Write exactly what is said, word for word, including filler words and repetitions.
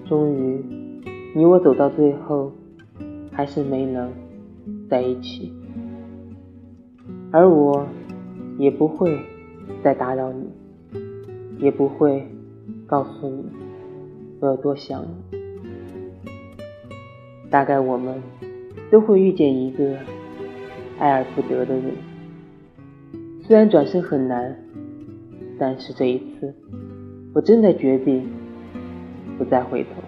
终于你我走到最后还是没能在一起，而我也不会再打扰你，也不会告诉你我有多想你。大概我们都会遇见一个爱而不得的人，虽然转身很难，但是这一次我真的决定不再回头。